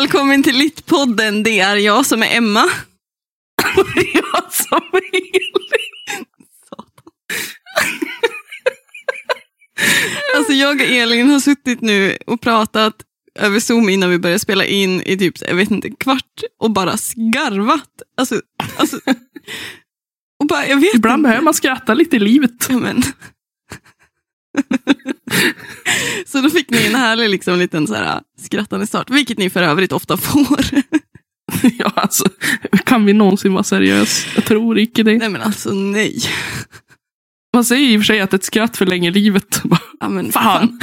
Välkommen till Littpodden. Det är jag som är Emma. Och det är jag som är Elin. Alltså jag och Elin har suttit nu och pratat över Zoom innan vi började spela in i typ, jag vet inte, kvart och bara skarvat. Alltså och bara, jag vet Ibland inte. behöver man skratta lite i livet. Ja, men. Så då fick ni en härlig liksom, liten så här, skrattande start, vilket ni för övrigt ofta får. Ja, alltså, kan vi någonsin vara seriös? Jag tror inte det. Nej men alltså, nej. Man säger i och för sig att ett skratt förlänger livet. Ja, men fan.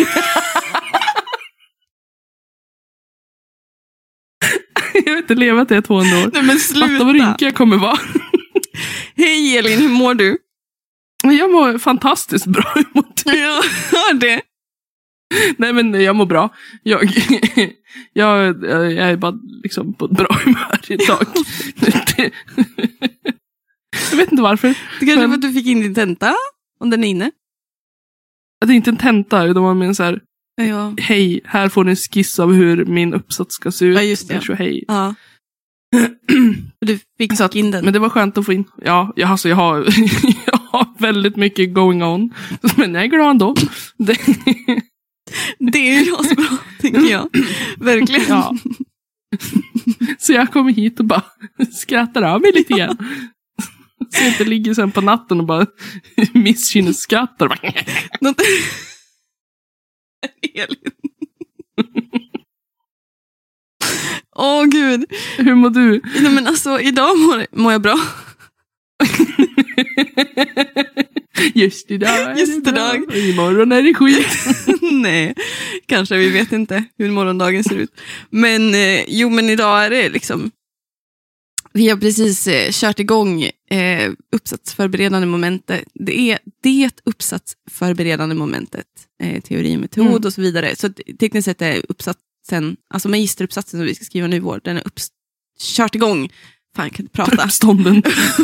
Jag vill inte leva till 200 år. Nej men sluta. Fatta vad rynkig jag kommer vara. Hej Elin, hur mår du? Jag mår fantastiskt bra. Jag hör det. Nej men jag mår bra. Jag är bara liksom på ett bra humör idag. Jag vet inte varför. Det kanske var att du fick in din tenta om den är inne. Det är inte en tenta, utan man menar så här. Ja. Hej, här får ni en skiss av hur min uppsats ska se ut. Ja, just det. Så hej. Ja. Du fick in den. Men det var skönt att få in. Ja, jag har jag har väldigt mycket going on. Men jag är glad ändå. Det är ju bra, tänker jag. Verkligen. Ja. Så jag kommer hit och bara skrattar av mig lite grann. Så jag inte ligger sen på natten och bara misskynneskrattar. Elin. Åh gud. Hur mår du? Nej, men alltså, idag mår jag bra. Just idag. Just idag. Imorgon är det skit. Nej, kanske, vi vet inte hur morgondagen ser ut. Men men idag är det liksom, vi har precis kört igång uppsatsförberedande momentet. Det är det uppsatsförberedande momentet, teori, metod och så vidare. Så tekniskt sett är uppsatsen, alltså magisteruppsatsen som vi ska skriva nu i vår, den är kört igång. Fan, jag kan inte prata. Uppstånden.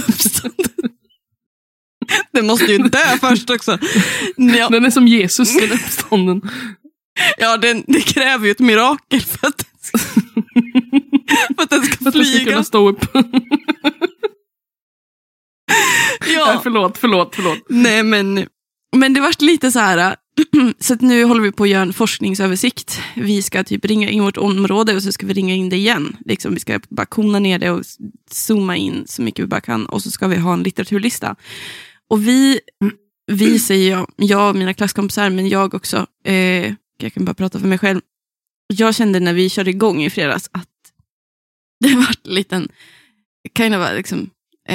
Den måste ju dö först också. Ja. Den är som Jesus, den uppstånden. Ja, det kräver ju ett mirakel för att den ska för flyga. Ska kunna stå upp. Ja. Nej, förlåt. Nej, men det var lite så här. Så att nu håller vi på att göra en forskningsöversikt. Vi ska typ ringa in vårt område och så ska vi ringa in det igen. Liksom, vi ska bara kona ner det och zooma in så mycket vi bara kan. Och så ska vi ha en litteraturlista. Och vi säger jag och mina klasskompisar, men jag också. Jag kan bara prata för mig själv. Jag kände när vi körde igång i fredags att det var en liten kind of liksom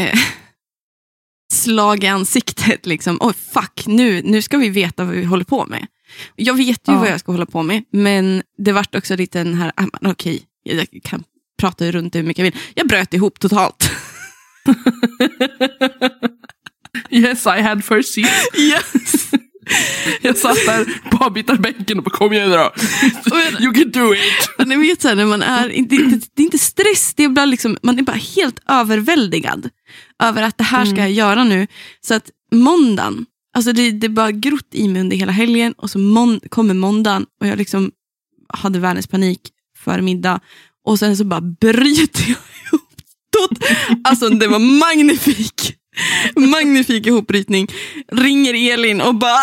slag i ansiktet liksom. Oj, fuck, nu ska vi veta vad vi håller på med. Jag vet ju vad jag ska hålla på med, men det vart också lite den här, okej, jag kan prata runt hur mycket jag vill. Jag bröt ihop totalt. Yes, I had first seat. Yes. Jag satt där på avbytarbänken och bara, kom igen då. You can do it. Ni vet så här, när man är, det är inte stress, det är bara liksom, man är bara helt överväldigad över att det här ska jag göra nu. Så att måndagen, alltså det bara grott i mig under hela helgen, och så kommer måndagen och jag liksom hade världens panik för middag, och sen så bara bryter jag ihop. Alltså det var magnifik ihopbrytning. Ringer Elin och bara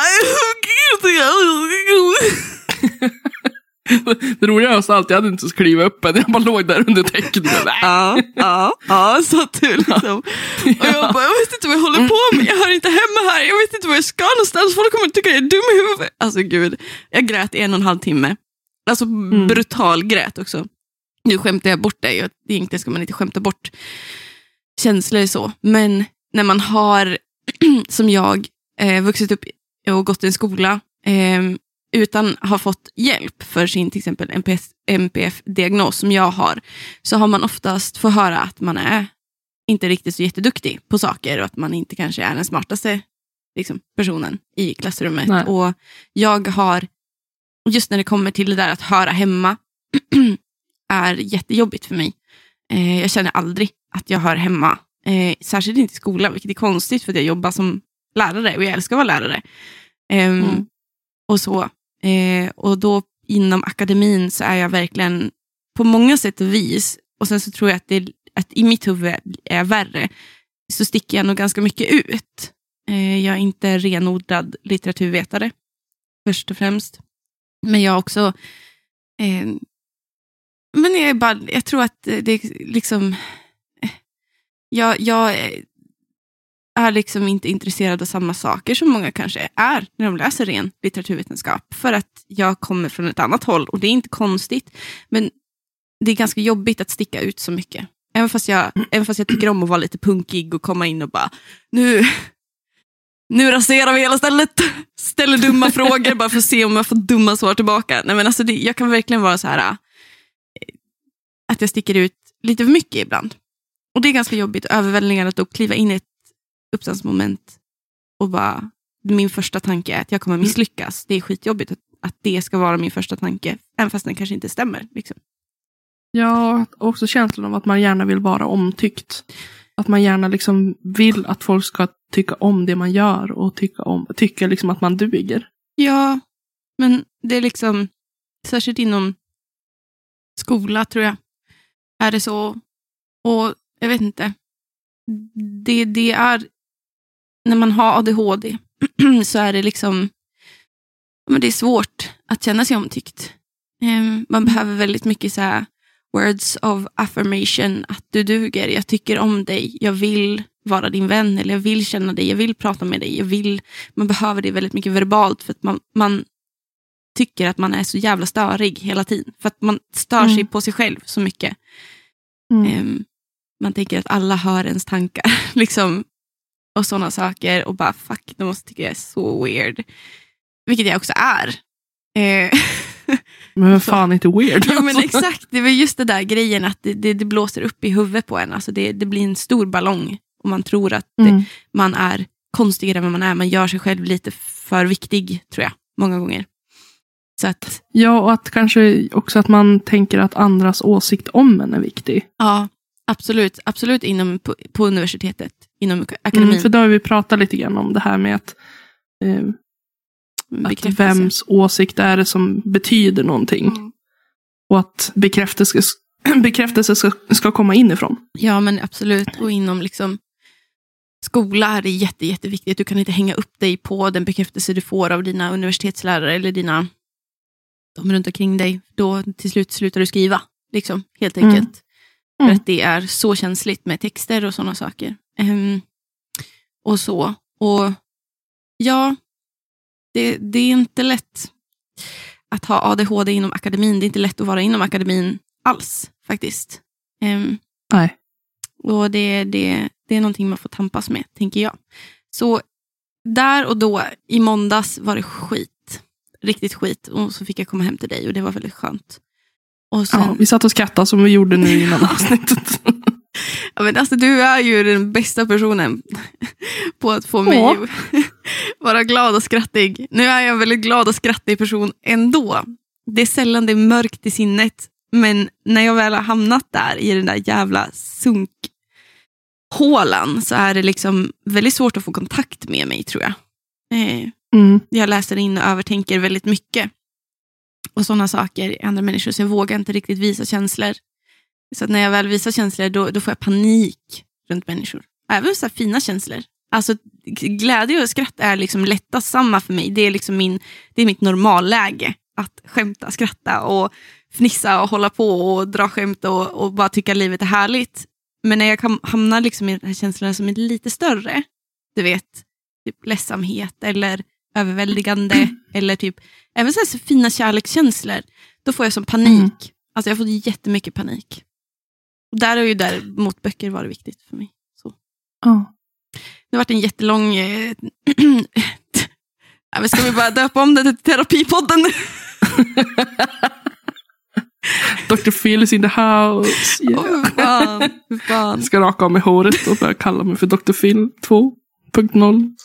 det roliga är alltid, jag hade inte skriva upp en. Jag bara låg där under täcket. Ja, så du liksom. Och jag bara, jag vet inte vad jag håller på med. Jag hör inte hemma här. Jag vet inte var jag ska någonstans. Folk kommer att tycka jag är dum i huvudet. Alltså gud, jag grät 1,5 timme. Alltså brutal grät också. Nu skämtar jag bort det. Egentligen ska man inte skämta bort känslor så. Men när man har, som jag, vuxit upp och gått i en skola utan ha fått hjälp för sin till exempel NPF-diagnos som jag har, så har man oftast fått höra att man är inte riktigt så jätteduktig på saker och att man inte kanske är den smartaste liksom, personen i klassrummet. Nej. Och jag har, just när det kommer till det där att höra hemma, är jättejobbigt för mig. Jag känner aldrig att jag hör hemma. Särskilt inte i skolan, vilket är konstigt för att jag jobbar som lärare och jag älskar att vara lärare. Och så. Och då inom akademin så är jag verkligen på många sätt och vis, och sen så tror jag att i mitt huvud är värre, så sticker jag nog ganska mycket ut. Jag är inte renodlad litteraturvetare, först och främst. Men jag också... men jag tror att det är liksom... Jag är liksom inte intresserad av samma saker som många kanske är när de läser ren litteraturvetenskap. För att jag kommer från ett annat håll, och det är inte konstigt. Men det är ganska jobbigt att sticka ut så mycket. Även fast jag tycker om att vara lite punkig och komma in och bara, nu raserar vi hela stället. Ställer dumma frågor bara för att se om jag får dumma svar tillbaka. Nej, men alltså jag kan verkligen vara så här att jag sticker ut lite för mycket ibland. Och det är ganska jobbigt och överväldigande att kliva in i ett uppstandsmoment och bara, min första tanke är att jag kommer misslyckas. Det är skitjobbigt att det ska vara min första tanke, även fast den kanske inte stämmer. Liksom. Ja, också känslan av att man gärna vill vara omtyckt. Att man gärna liksom vill att folk ska tycka om det man gör och tycka liksom att man duger. Ja, men det är liksom, särskilt inom skola tror jag, är det så. Och jag vet inte, det är, när man har ADHD så är det liksom, men det är svårt att känna sig omtyckt. Man behöver väldigt mycket så här words of affirmation, att du duger, jag tycker om dig, jag vill vara din vän, eller jag vill känna dig, jag vill prata med dig, man behöver det väldigt mycket verbalt, för att man tycker att man är så jävla störig hela tiden, för att man stör sig på sig själv så mycket. Man tänker att alla hör ens tankar liksom, och sådana saker, och bara fuck, de måste tycka jag är så weird, vilket jag också är. Men fan inte weird. Ja, men exakt, det var just det där grejen att det blåser upp i huvudet på en, alltså det blir en stor ballong och man tror att man är konstigare än vad man är, man gör sig själv lite för viktig, tror jag, många gånger. Så att, ja, och att kanske också att man tänker att andras åsikt om en är viktig. Ja, absolut inom på universitetet, inom akademin. För då har vi pratat lite grann om det här med att vems åsikt är det som betyder någonting. Och att bekräftelse ska komma inifrån. Ja, men absolut. Och inom liksom skola är det jätteviktigt. Du kan inte hänga upp dig på den bekräftelse du får av dina universitetslärare eller de runt omkring dig. Då till slut slutar du skriva. Liksom, helt enkelt. För att det är så känsligt med texter och sådana saker. Och så. Och ja, det är inte lätt att ha ADHD inom akademin. Det är inte lätt att vara inom akademin alls, faktiskt. Nej. Och det är någonting man får tampas med, tänker jag. Så där och då, i måndags var det skit. Riktigt skit. Och så fick jag komma hem till dig och det var väldigt skönt. Och sen... Ja, vi satt och skrattade som vi gjorde nu innan avsnittet. Ja, men alltså, du är ju den bästa personen på att få mig vara glad och skrattig. Nu är jag en väldigt glad och skrattig person ändå. Det är sällan det är mörkt i sinnet. Men när jag väl har hamnat där i den där jävla sunkhålan, så är det liksom väldigt svårt att få kontakt med mig, tror jag. Jag läser in och övertänker väldigt mycket. Och sådana saker i andra människor, så jag vågar inte riktigt visa känslor. Så att när jag väl visar känslor, då får jag panik runt människor. Även så här fina känslor. Alltså glädje och skratt är liksom lättast samma för mig. Det är liksom det är mitt normalläge. Att skämta, skratta och fnissa och hålla på och dra skämt och bara tycka livet är härligt. Men när jag hamnar liksom i den här känslan som är lite större, du vet, typ ledsamhet eller överväldigande eller typ även så här fina kärlekskänslor, då får jag som panik. Alltså jag får jättemycket panik. Och där är ju mot böcker var det viktigt för mig. Så. Det har varit en jättelång ska vi bara döpa om det till terapipodden? Dr. Phil is in the house. Yeah. Fan. Jag ska raka av mig håret och börja kalla mig för Dr. Phil 2.0.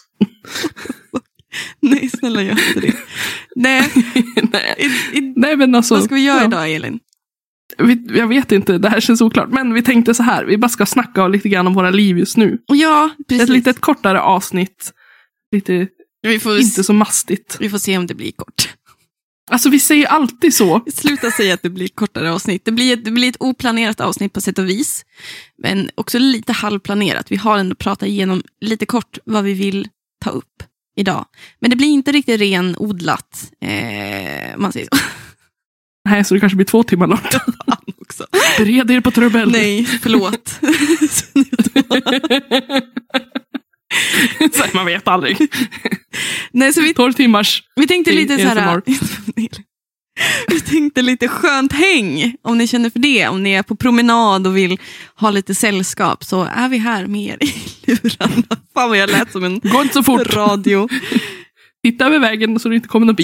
Nej, snälla gör inte det. Nej, men alltså, vad ska vi göra idag, Elin? Jag vet inte, det här känns oklart. Men vi tänkte så här, vi bara ska snacka lite grann om våra liv just nu. Ja, precis. Ett litet kortare avsnitt. Inte så mastigt. Vi får se om det blir kort. Alltså vi säger alltid så. Sluta säga att det blir ett kortare avsnitt. Det blir ett oplanerat avsnitt på sätt och vis. Men också lite halvplanerat. Vi har ändå pratat igenom lite kort vad vi vill ta upp idag. Men det blir inte riktigt renodlat. Man säger så. Nej, så det kanske blir 2 timmar långt. Också. Bered er på trubbel. Nej, förlåt. Så man vet aldrig. Nej, så 12 timmars. Vi tänkte lite så här. Vi tänkte lite skönt häng. Om ni känner för det. Om ni är på promenad och vill ha lite sällskap. Så är vi här med er i lurarna. Fan vad jag lät som en gå inte så fort. Radio. Titta över vägen så det inte kommer någon bil.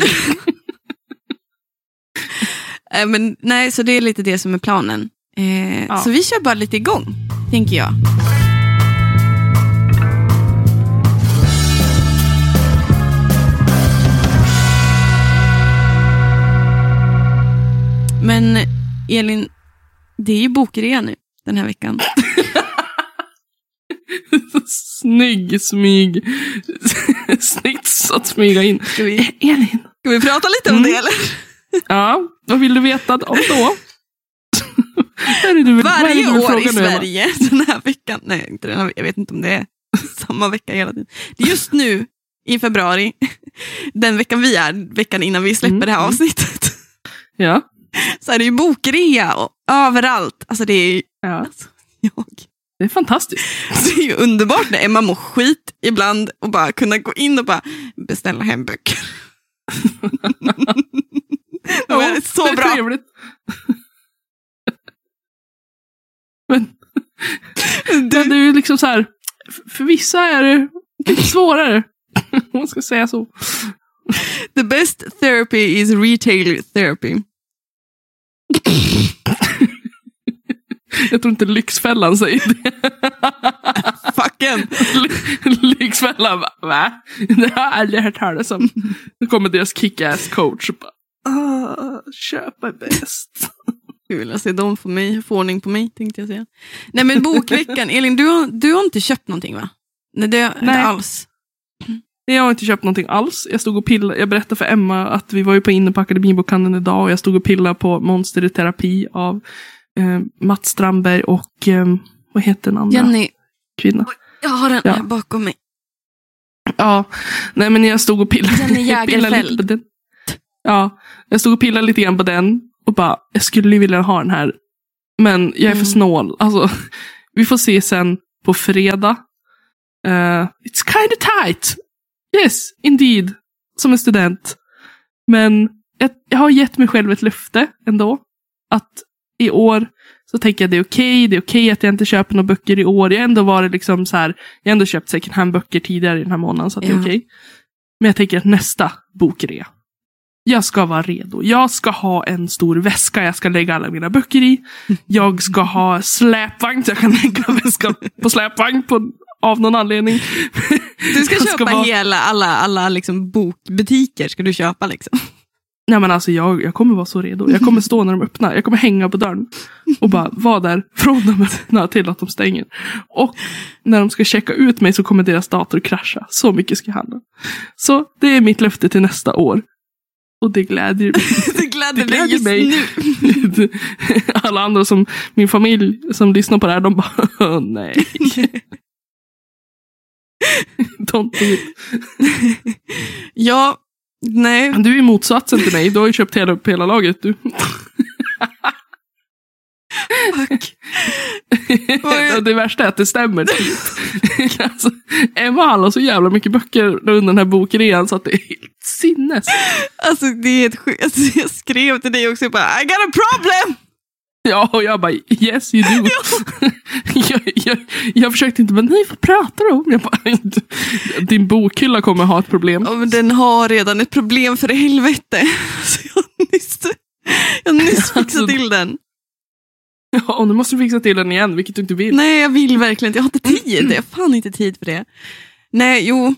Men nej, så det är lite det som är planen. Ja. Så vi kör bara lite igång, tänker jag. Men Elin, det är ju bokrea nu den här veckan. Snygg smyg. Snyggt att smyga in. Elin, ska vi prata lite om det eller? Ja, vad vill du veta om då? Varje år i Sverige den här veckan. Nej, inte den här, jag vet inte om det är samma vecka hela tiden. Det är just nu i februari. Den veckan vi är, veckan innan vi släpper det här avsnittet. Ja. Så är det ju bokrea och överallt. Alltså det är ju... Ja. Alltså, det är fantastiskt. Det är ju underbart när Emma mår skit ibland och bara kunna gå in och bara beställa hem böcker. Det är så det är bra. Trevligt. Men det är ju liksom så här, för vissa är det lite svårare. Man ska säga så. The best therapy is retail therapy. Jag tror inte Lyxfällan säger det. Fucken. Lyxfällan, va? Det har jag aldrig hört talas om. Nu kommer deras kick-ass coach och bara, köpa bäst. Hur vill jag se dem för mig? Få ordning på mig, tänkte jag säga. Nej, men bokveckan. Elin, du har inte köpt någonting, va? Nej, det inte alls. Jag har inte köpt någonting alls. Jag stod och pillade. Jag berättade för Emma att vi var ju inne på Akademibokhandeln idag och jag stod och pillade på Monster i terapi av Mats Strandberg och vad heter den andra? Jenny. Kvinna. Jag har den här bakom mig. Ja, nej men jag stod och pillade. Jenny Jägerfeld. Ja, jag stod och pillade lite grann på den och bara, jag skulle vilja ha den här. Men jag är för snål. Alltså, vi får se sen på fredag. It's kind of tight. Yes, indeed. Som en student. Men jag har gett mig själv ett löfte ändå. Att i år så tänker jag det är okej. Det är okej att jag inte köper några böcker i år. Jag har ändå varit liksom så här. Jag har ändå köpt second hand böcker tidigare i den här månaden. Så att det är okej. Men jag tänker att nästa bokrea. Jag ska vara redo. Jag ska ha en stor väska. Jag ska lägga alla mina böcker i. Jag ska ha släpvagn. Så jag kan lägga väskan på släpvagn av någon anledning. Du ska köpa hela alla liksom bokbutiker ska du köpa liksom. Nej men alltså jag kommer vara så redo. Jag kommer stå när de öppnar. Jag kommer hänga på dörren. Och bara vara där från de öppnar till att de stänger. Och när de ska checka ut mig så kommer deras dator krascha. Så mycket ska jag handla. Så det är mitt löfte till nästa år. Och det glädjer mig. Det glädjer just mig. Nu. Alla andra som min familj som lyssnar på det här, de bara, nej. Don't do it. Ja, nej. Du är motsatsen till mig. Du har ju köpt hela laget, du. Fuck. Det värsta är att det stämmer typ. Alltså, Emma handlar så jävla mycket böcker under den här bokrean så att det är helt sinnes. Alltså det är ett alltså, jag skrev till dig också bara, I got a problem! Ja, och jag bara, yes you do. jag försökte inte, men nej, vad pratar du om? Jag bara, din bokhylla kommer ha ett problem. Ja, men den har redan ett problem för helvete. Så jag nyss fixat till den. Ja, och nu måste du fixa till den igen, vilket du inte vill. Nej, jag vill verkligen inte. Jag har inte tid. Jag har fan inte tid för det. Nej, jo.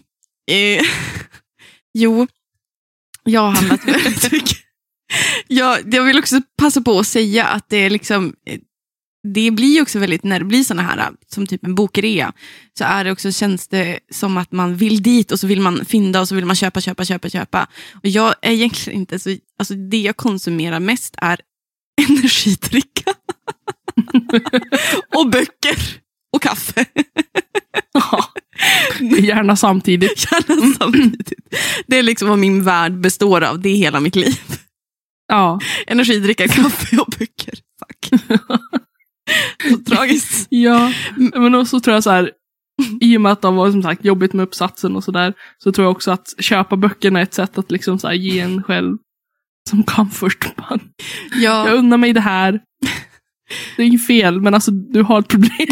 Jo. Jag har handlat väldigt mycket. Jag vill också passa på att säga att det är liksom det blir ju också väldigt, när det blir såna här som typ en bokrea, så är det också, känns det som att man vill dit och så vill man fynda och så vill man köpa. Och jag är egentligen inte så, alltså det jag konsumerar mest är energidricka och böcker och kaffe. Ja, gärna samtidigt. Det är liksom vad min värld består av, det är hela mitt liv. Ja. Energidricka, kaffe och böcker. Fuck. Så tragiskt. Ja, men också tror jag så här, i och med att det var som sagt jobbigt med uppsatsen och sådär, så tror jag också att köpa böckerna är ett sätt att liksom så här ge en själv som comfort. Ja. Jag undrar mig det här. Det är inget fel, men alltså du har ett problem.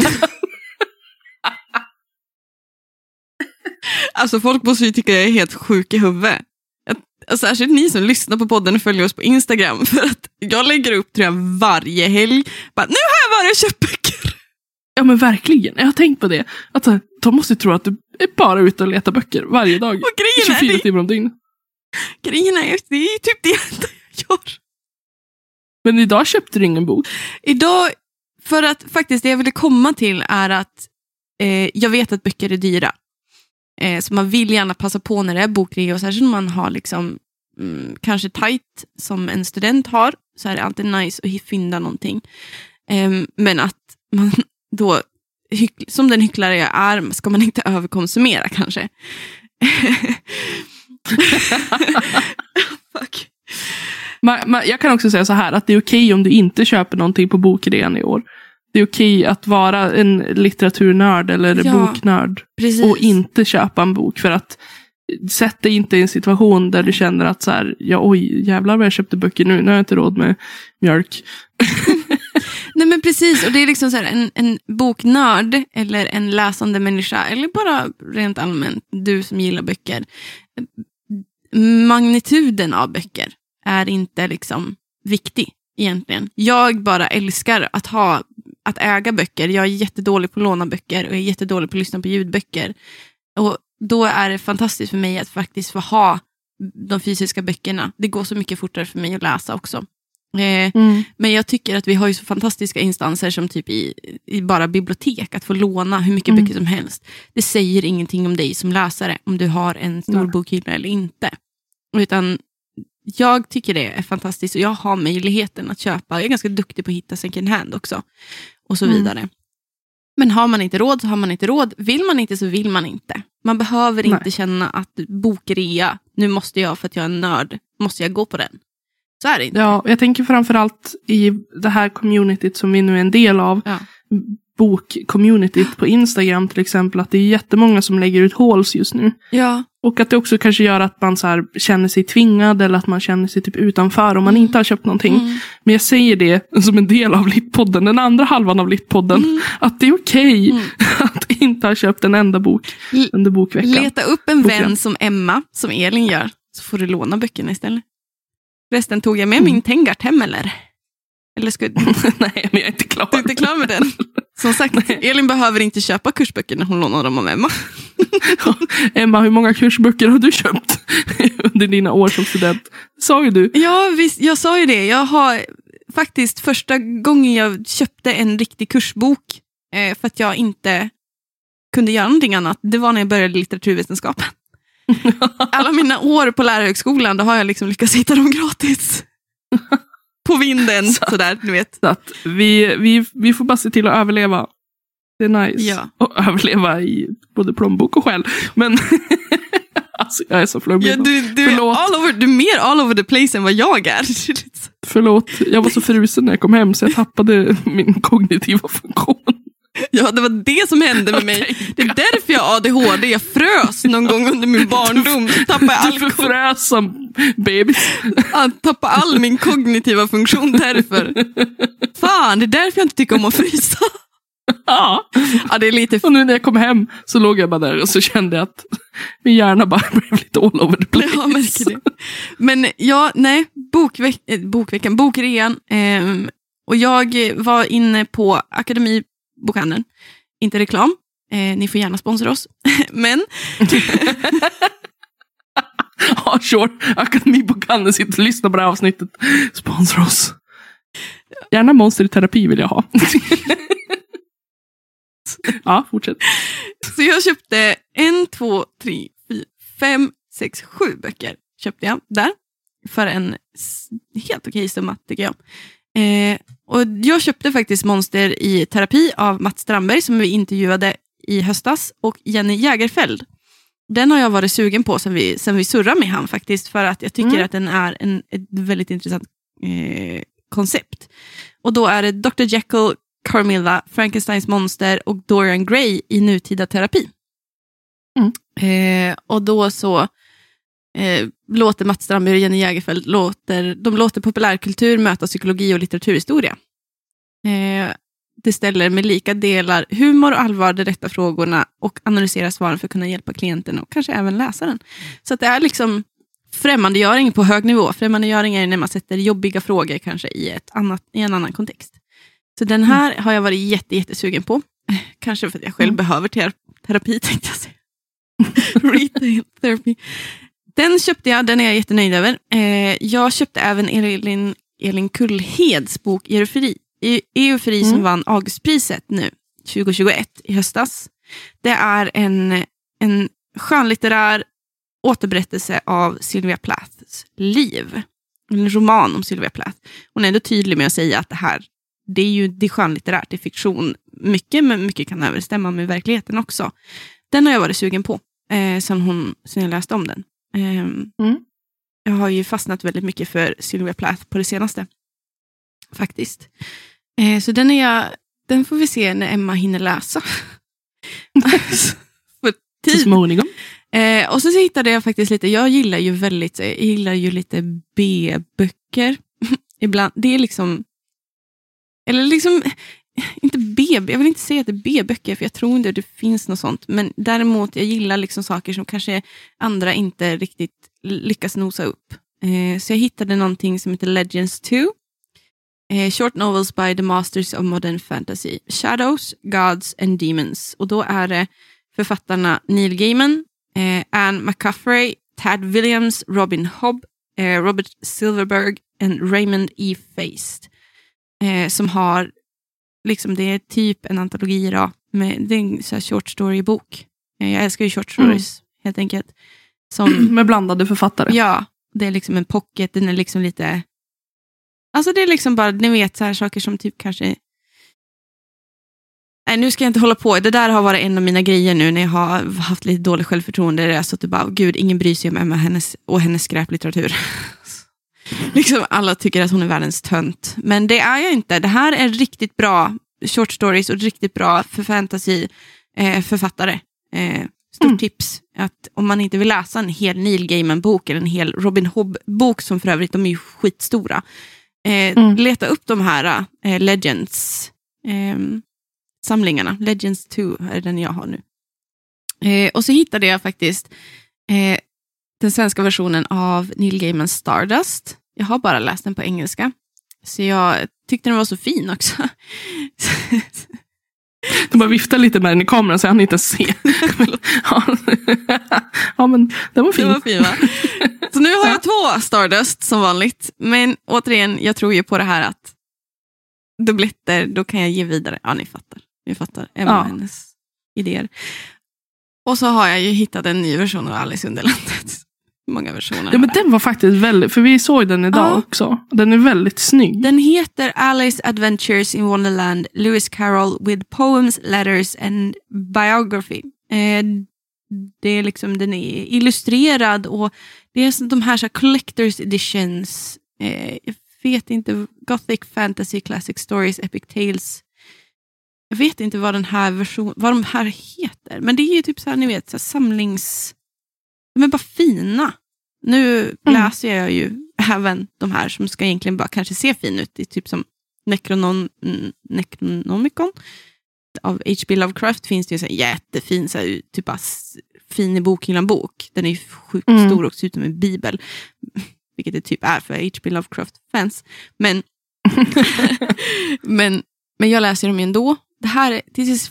Alltså folk måste ju tycka jag är helt sjuk i huvudet. Alltså, särskilt ni som lyssnar på podden och följer oss på Instagram, för att jag lägger upp tror jag varje helg. Bara, nu har jag varit och köpt böcker. Ja men verkligen, jag har tänkt på det. Att de måste tro att du är bara ute och letar böcker varje dag. Och grejen 24 timmar om dygn. Grejen är det är typ det enda jag gör. Men idag köpte du ingen bok? Idag, för att faktiskt det jag ville komma till är att jag vet att böcker är dyra. Så man vill gärna passa på när det är bokrea, och särskilt om man har liksom kanske tajt som en student har, så är det alltid nice att fynda någonting. Men att man då, som den hycklare jag är, ska man inte överkonsumera kanske. Fuck. Jag kan också säga så här, att det är okej om du inte köper någonting på bokrean i år. Det är okej att vara en litteraturnörd eller boknörd. Precis. Och inte köpa en bok, för att sätt dig inte i en situation där du känner att så här, ja oj, jävlar vad jag köpte böcker nu har jag inte råd med mjölk. Nej men precis, och det är liksom så här, en boknörd eller en läsande människa, eller bara rent allmänt du som gillar böcker, magnituden av böcker är inte liksom viktig egentligen. Jag bara älskar att äga böcker. Jag är jättedålig på att låna böcker och jag är jättedålig på att lyssna på ljudböcker. Och då är det fantastiskt för mig att faktiskt få ha de fysiska böckerna. Det går så mycket fortare för mig att läsa också. Men jag tycker att vi har ju så fantastiska instanser som typ i bara bibliotek, att få låna hur mycket böcker som helst. Det säger ingenting om dig som läsare, om du har en stor bokhylla eller inte. Utan jag tycker det är fantastiskt, och jag har möjligheten att köpa. Jag är ganska duktig på att hitta second hand också. Och så vidare. Men har man inte råd så har man inte råd. Vill man inte så vill man inte. Man behöver inte känna att bokrea, nu måste jag, för att jag är en nörd, måste jag gå på den. Så är det inte. Ja, jag tänker framförallt i det här communityt som vi nu är en del av. Ja. Bokcommunityt på Instagram till exempel, att det är jättemånga som lägger ut hauls just nu. Ja. Och att det också kanske gör att man så här känner sig tvingad, eller att man känner sig typ utanför om man inte har köpt någonting. Men jag säger det som en del av Littpodden, den andra halvan av Littpodden, att det är okej att inte ha köpt en enda bok under bokveckan. Leta upp en vän som Emma, som Elin gör, så får du låna böckerna istället. Resten tog jag med min Tengart hem, eller? Eller ska... Nej, men jag är inte klar. Du är inte klar med den? Som sagt, Elin behöver inte köpa kursböcker när hon lånar dem av Emma. Emma, hur många kursböcker har du köpt under dina år som student? Sa ju du? Ja, visst, jag sa ju det. Jag har faktiskt första gången jag köpte en riktig kursbok för att jag inte kunde göra någonting annat. Det var när jag började litteraturvetenskap. Alla mina år på lärarhögskolan, då har jag liksom lyckats hitta dem gratis. På vinden, sådär, du vet. Så att vi får bara se till att överleva. Det är nice. Ja. Och överleva i både plånbok och själ. Men alltså, jag är så flummig. Ja, du är mer all over the place än vad jag är. Förlåt, jag var så frusen när jag kom hem så jag tappade min kognitiva funktion. Ja, det var det som hände med mig. Det är därför jag har ADHD. Jag frös någon gång under min barndom. Du frös som bebis. Jag tappade all min kognitiva funktion därför. Fan, det är därför jag inte tycker om att frysa. Ja, det är lite... Och nu när jag kom hem så låg jag bara där och så kände jag att min hjärna bara blev lite all over the place. Ja, märker det. Men ja, nej, bokveckan, bokrean. Och jag var inne på Akademibokhandeln. Inte reklam. Ni får gärna sponsra oss. Men... Ja, sure. Akademibokhandeln sitter och lyssnar på det här avsnittet. Sponsra oss. Gärna monster i terapi vill jag ha. Ja, fortsätt. Så jag köpte 1, 2, 3, 4, 5, 6, 7 böcker köpte jag där. För en helt okej summa tycker jag. Och jag köpte faktiskt Monster i terapi av Mats Strandberg som vi intervjuade i höstas. Och Jenny Jägerfeld. Den har jag varit sugen på sen vi surrar med han faktiskt. För att jag tycker att den är ett väldigt intressant koncept. Och då är det Dr. Jekyll, Carmilla, Frankensteins monster och Dorian Gray i nutida terapi. Och då så låter Mats Strandberg och Jenny Jägerfeld låter populärkultur möta psykologi och litteraturhistoria. Det ställer med lika delar humor och allvar de rätta frågorna och analyserar svaren för att kunna hjälpa klienten och kanske även läsaren. Så att det är liksom främmandegöring på hög nivå. Främmandegöring är när man sätter jobbiga frågor kanske i en annan kontext. Så den här har jag varit jättesugen på. Kanske för att jag själv behöver terapi tänkte jag säga. Retail therapy. Den köpte jag, den är jag jättenöjd över. Jag köpte även Elin Kullheds bok Eufori som vann Augustpriset nu 2021 i höstas. Det är en skönlitterär återberättelse av Sylvia Plaths liv. En roman om Sylvia Plath. Hon är ändå tydlig med att säga att det är skönlitterärt, det är fiktion mycket, men mycket kan överstämma med verkligheten också. Den har jag varit sugen på sen jag läste om den. Jag har ju fastnat väldigt mycket för Sylvia Plath på det senaste. Faktiskt. Så den får vi se när Emma hinner läsa. Så småningom. Och så hittade jag faktiskt lite, jag gillar ju lite B-böcker. Ibland, det är liksom, eller liksom, inte BB, jag vill inte säga att det är B-böcker för jag tror inte att det finns något sånt. Men däremot, jag gillar liksom saker som kanske andra inte riktigt lyckas nosa upp. Så jag hittade någonting som heter Legends 2. Short novels by the masters of modern fantasy. Shadows, Gods and Demons. Och då är det författarna Neil Gaiman, Anne McCaffrey, Tad Williams, Robin Hobb, Robert Silverberg och Raymond E. Feist. Som har, liksom det är typ en antologi då, det är en så här short story-bok. Jag älskar ju short stories, helt enkelt. Med blandade författare. Ja, det är liksom en pocket, den är liksom lite... Alltså det är liksom bara, ni vet så här saker som typ kanske... Nej, nu ska jag inte hålla på. Det där har varit en av mina grejer nu när jag har haft lite dålig självförtroende. Där jag så typ bara, gud, ingen bryr sig om Emma och hennes skräplitteratur. Liksom alla tycker att hon är världens tönt. Men det är jag inte. Det här är riktigt bra short stories och riktigt bra för fantasy författare. Stort tips att om man inte vill läsa en hel Neil Gaiman-bok eller en hel Robin Hobb-bok som för övrigt, de är ju skitstora. Leta upp de här Legends samlingarna. Legends 2 är den jag har nu. Och så hittade jag faktiskt den svenska versionen av Neil Gaimans Stardust. Jag har bara läst den på engelska. Så jag tyckte den var så fin också. De bara viftar lite med den i kameran så han inte se. Ja, men den var fin. Det var fin, va? Så nu har jag 2 Stardust som vanligt. Men återigen, jag tror ju på det här att dubbletter, då kan jag ge vidare. Ja, ni fattar. Emma och hennes idéer. Och så har jag ju hittat en ny version av Alice i Underlandet. Många versioner. Ja, men den var faktiskt väldigt, för vi såg den idag också. Den är väldigt snygg. Den heter Alice Adventures in Wonderland, Lewis Carroll with Poems, Letters and Biography. Det är liksom, den är illustrerad och det är de här, så här collector's editions. Jag vet inte, Gothic Fantasy, Classic Stories, Epic Tales. Jag vet inte vad vad de här heter. Men det är ju typ så här, ni vet, så här samlings... De är bara fina. Nu läser jag ju även de här som ska egentligen bara kanske se fin ut. Det är typ som Necronomicon av H.P. Lovecraft finns det ju så här jättefin, så här, typ bara fin i bokhyllan-bok. Den är ju sjukt stor och ser ut som en bibel. Vilket det typ är för H.P. Lovecraft-fans. Men men jag läser dem ju ändå. Det här är, this is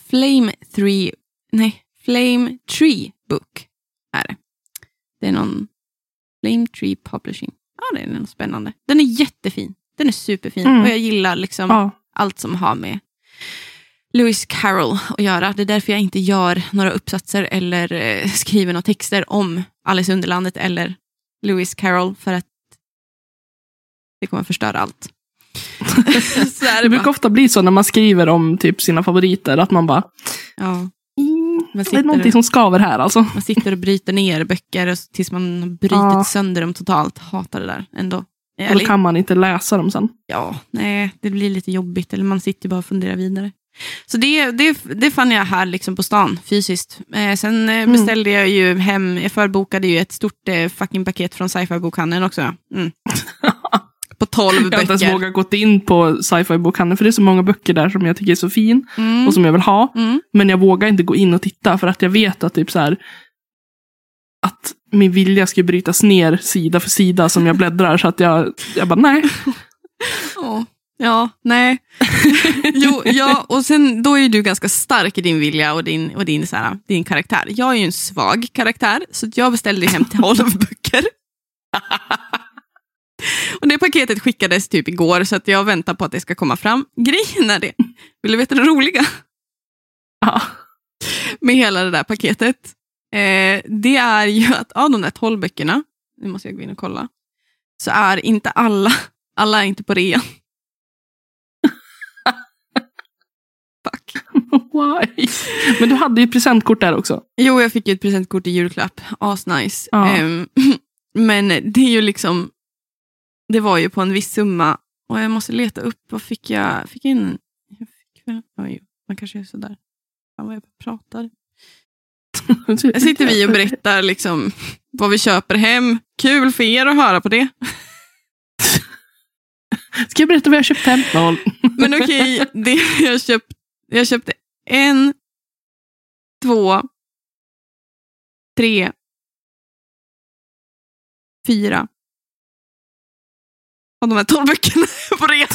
Flame Tree Book är det. Det är någon Flame Tree Publishing. Ja, det är något spännande. Den är jättefin. Den är superfin. Och jag gillar liksom allt som har med Lewis Carroll att göra. Det är därför jag inte gör några uppsatser eller skriver några texter om Alice i Underlandet eller Lewis Carroll, för att det kommer förstöra allt. Så är det brukar ofta bli så när man skriver om typ sina favoriter, att man bara det är någonting som skaver här alltså. Man sitter och bryter ner böcker tills man har brutit sönder dem totalt. Hatar det där ändå. Och då kan man inte läsa dem sen. Ja, nej, det blir lite jobbigt. Eller man sitter bara och funderar vidare. Så det fann jag här liksom på stan, fysiskt. Sen beställde jag ju hem, jag förbokade ju ett stort fucking paket från Sci-Fi-bokhandeln också. På 12 böcker. Jag har inte ens vågat gått in på Sci-Fi-bokhandeln, för det är så många böcker där som jag tycker är så fin och som jag vill ha. Men jag vågar inte gå in och titta, för att jag vet att typ så här, att min vilja ska brytas ner sida för sida som jag bläddrar, så att jag bara nej. Ja, nej. Jo, ja, och sen då är ju du ganska stark i din vilja och din så här, din karaktär. Jag är ju en svag karaktär, så jag beställde hem 12 böcker. Och det paketet skickades typ igår, så att jag väntar på att det ska komma fram. Grejen är det. Vill du veta det roliga? Ja. Med hela det där paketet. Det är ju att av de där 12 böckerna, nu måste jag gå in och kolla, så är inte alla är inte på rea. Fuck. Why? Men du hade ju ett presentkort där också. Jo, jag fick ju ett presentkort i julklapp. Asnice. Men det är ju liksom, det var ju på en viss summa, och jag måste leta upp, vad fick jag? Man kanske är sådär. Fan vad jag pratar. Jag sitter vi och berättar liksom vad vi köper hem. Kul för er att höra på det. Ska jag berätta vad jag köpt hem? Men okej, det jag köpte 1, 2, 3, 4 av de här 12 böckerna på rea.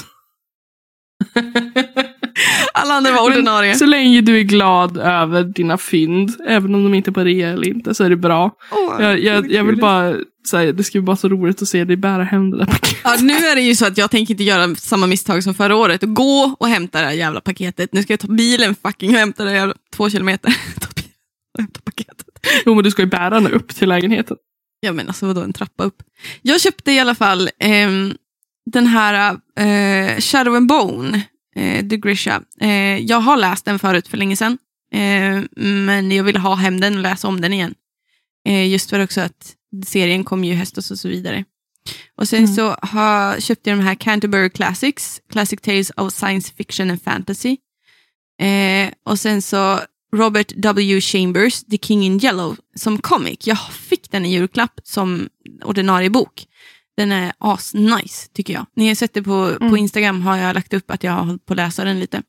Alla andra var ordinarie. Men så länge du är glad över dina fynd, även om de inte är på rea eller inte, så är det bra. Jag vill bara säga, det skulle vara så roligt att se dig bära hem det där paketet. Ja, nu är det ju så att jag tänker inte göra samma misstag som förra året och gå och hämta det här jävla paketet. Nu ska jag ta bilen fucking och hämta det jävla 2 kilometer. Ta bilen och hämta paketet. Jo, men du ska ju bära den upp till lägenheten. Ja, men alltså vadå, en trappa upp? Jag köpte i alla fall den här Shadow and Bone, The Grisha. Jag har läst den förut för länge sedan. Men jag ville ha hem den och läsa om den igen. Just för också att serien kom ju i höstas och så vidare. Och sen så köpte jag de här Canterbury Classics, Classic Tales of Science Fiction and Fantasy. Och sen så Robert W. Chambers, The King in Yellow, som comic. Jag fick den i julklapp som ordinarie bok. Den är nice tycker jag. Ni har sett det på Instagram, har jag lagt upp att jag har hållit på att läsa den lite.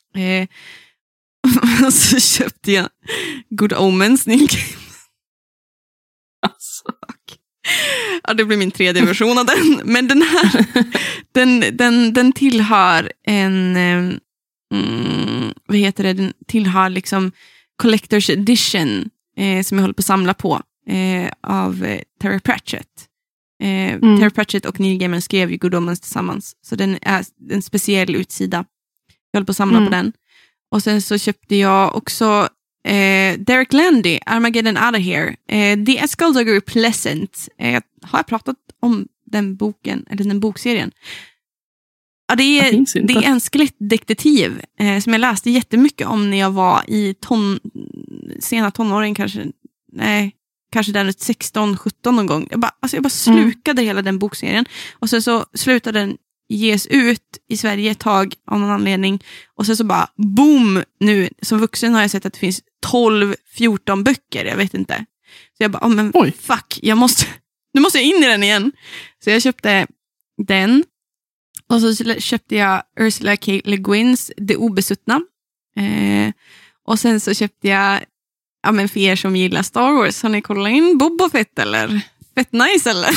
Och så köpte jag Good Omens, Neil Gaiman. Alltså, ja, det blir min 3D version av den. Men den här, den tillhör en, vad heter det? Den tillhör liksom Collector's Edition som jag håller på att samla på av Terry Pratchett. Terry Pratchett och Neil Gaiman skrev ju Good Omens tillsammans. Så den är en speciell utsida. Jag håller på att samla på den. Och sen så köpte jag också Derek Landy, Armageddon Out of Here. Det är Skullduggery Pleasant. Har jag pratat om den boken, eller den bokserien? Ja, det är en skelettdetektiv som jag läste jättemycket om när jag var i sena tonåren kanske. Nej, kanske där 16-17 någon gång. Jag bara slukade hela den bokserien. Och sen så slutade den ges ut i Sverige ett tag av någon anledning. Och sen så bara, boom, nu som vuxen har jag sett att det finns 12-14 böcker, jag vet inte. Så jag bara, men fuck, nu måste jag in i den igen. Så jag köpte den. Och så köpte jag Ursula K. Le Guins Det obesuttna. Och sen så köpte jag, ja men för er som gillar Star Wars, har ni kollat in Boba Fett eller? Fett nice eller?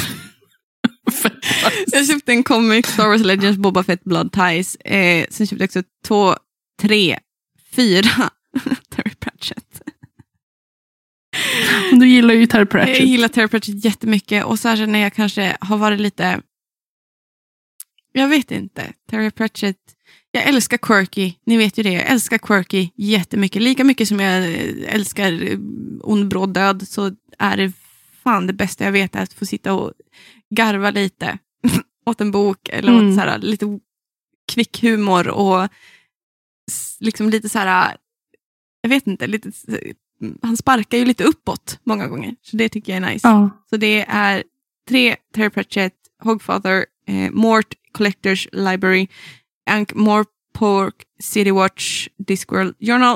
Jag köpte en comic, Star Wars Legends, Boba Fett, Blood Ties. Sen köpte jag också 2, 3, 4 Terry Pratchett. Du gillar ju Terry Pratchett. Jag gillar Terry Pratchett jättemycket. Och särskilt när jag kanske har varit lite Jag vet inte. Terry Pratchett. Jag älskar quirky. Ni vet ju det. Jag älskar quirky jättemycket. Lika mycket som jag älskar ond bråd död, så är det fan det bästa jag vet, är att få sitta och garva lite åt en bok eller åt så här, lite kvick humor och liksom lite så här, jag vet inte, lite, han sparkar ju lite uppåt många gånger, så det tycker jag är nice. Så det är 3 Terry Pratchett, Hogfather, Mort Collectors Library, Ankh-Morpork, City Watch, Discworld Journal.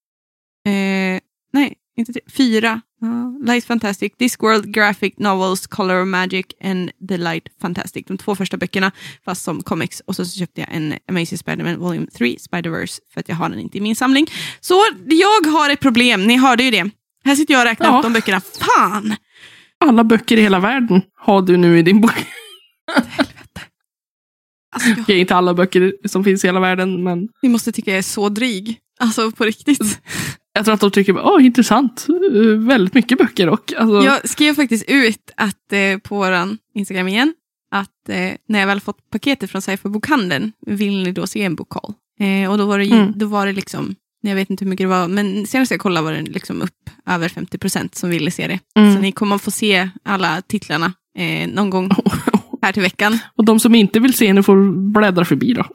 Nej, inte 4. Light Fantastic, Discworld, Graphic Novels, Color Magic and The Light Fantastic. De 2 första böckerna, fast som comics. Och så köpte jag en Amazing Spider-Man Volume 3, Spider-Verse, för att jag har den inte i min samling. Så jag har ett problem, ni hörde ju det. Här sitter jag och räknar upp de böckerna. Fan! Alla böcker i hela världen har du nu i din bok. Helvete. Alltså, Det är inte alla böcker som finns i hela världen, men... Ni måste tycka jag är så dryg. Alltså, på riktigt. Jag tror att de tycker, intressant. Väldigt mycket böcker. Och, alltså... Jag skrev faktiskt ut att på våran Instagram igen, att när jag väl fått paketet från Cypher-bokhandeln, vill ni då se en bokkoll? Och då var det liksom, jag vet inte hur mycket det var, men senast jag kollade var det liksom upp över 50% som ville se det. Så ni kommer få se alla titlarna någon gång här till veckan. Och de som inte vill se, ni får bläddra förbi då.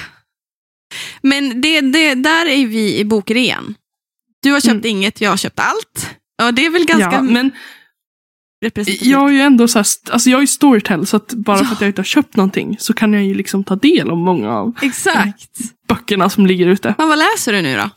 Men där är vi i bokrean. Du har köpt inget, jag har köpt allt. Och det är väl ganska men representativt. Jag har ju ändå så här, alltså jag är ju Storytel, så att bara för att jag inte har köpt någonting så kan jag ju liksom ta del av många av böckerna som ligger ute. Men vad läser du nu då?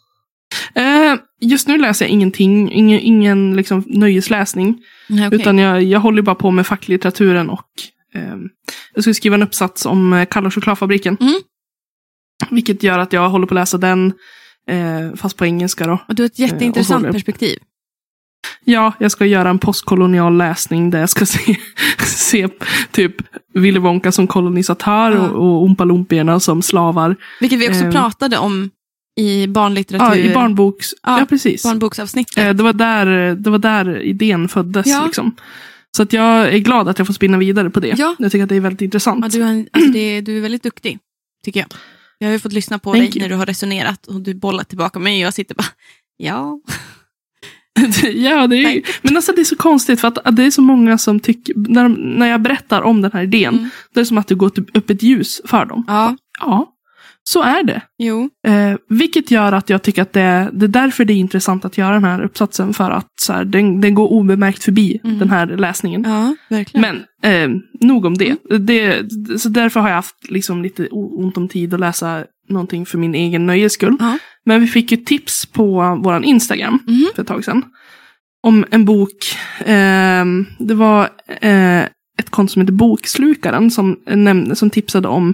Just nu läser jag ingenting, ingen liksom nöjesläsning. Okay. Utan jag håller bara på med facklitteraturen och jag ska skriva en uppsats om Kalle och chokladfabriken. Vilket gör att jag håller på att läsa den, fast på engelska då. Och du har ett jätteintressant perspektiv. Ja, jag ska göra en postkolonial läsning där jag ska se typ Willy Wonka som kolonisatör och Oompa Lompierna som slavar. Vilket vi också pratade om i barnlitteratur. Ja, i precis. Barnboksavsnittet. Det var där idén föddes liksom. Så att jag är glad att jag får spinna vidare på det. Ja. Jag tycker att det är väldigt intressant. Ja, du är väldigt duktig, tycker jag. Jag har ju fått lyssna på dig när du har resonerat och du bollar tillbaka mig och jag sitter bara, ja. Ja, det är, men alltså det är så konstigt för att det är så många som tycker, när jag berättar om den här idén, det är som att det går upp ett ljus för dem. Ja, så är det. Jo. Vilket gör att jag tycker att det är därför det är intressant att göra den här uppsatsen, för att så här, den går obemärkt förbi den här läsningen. Ja, verkligen. Men nog om det. Så därför har jag haft liksom lite ont om tid att läsa någonting för min egen nöjes skull. Men vi fick ju tips på våran Instagram för ett tag sedan om en bok. Det var ett konto som heter Bokslukaren som tipsade om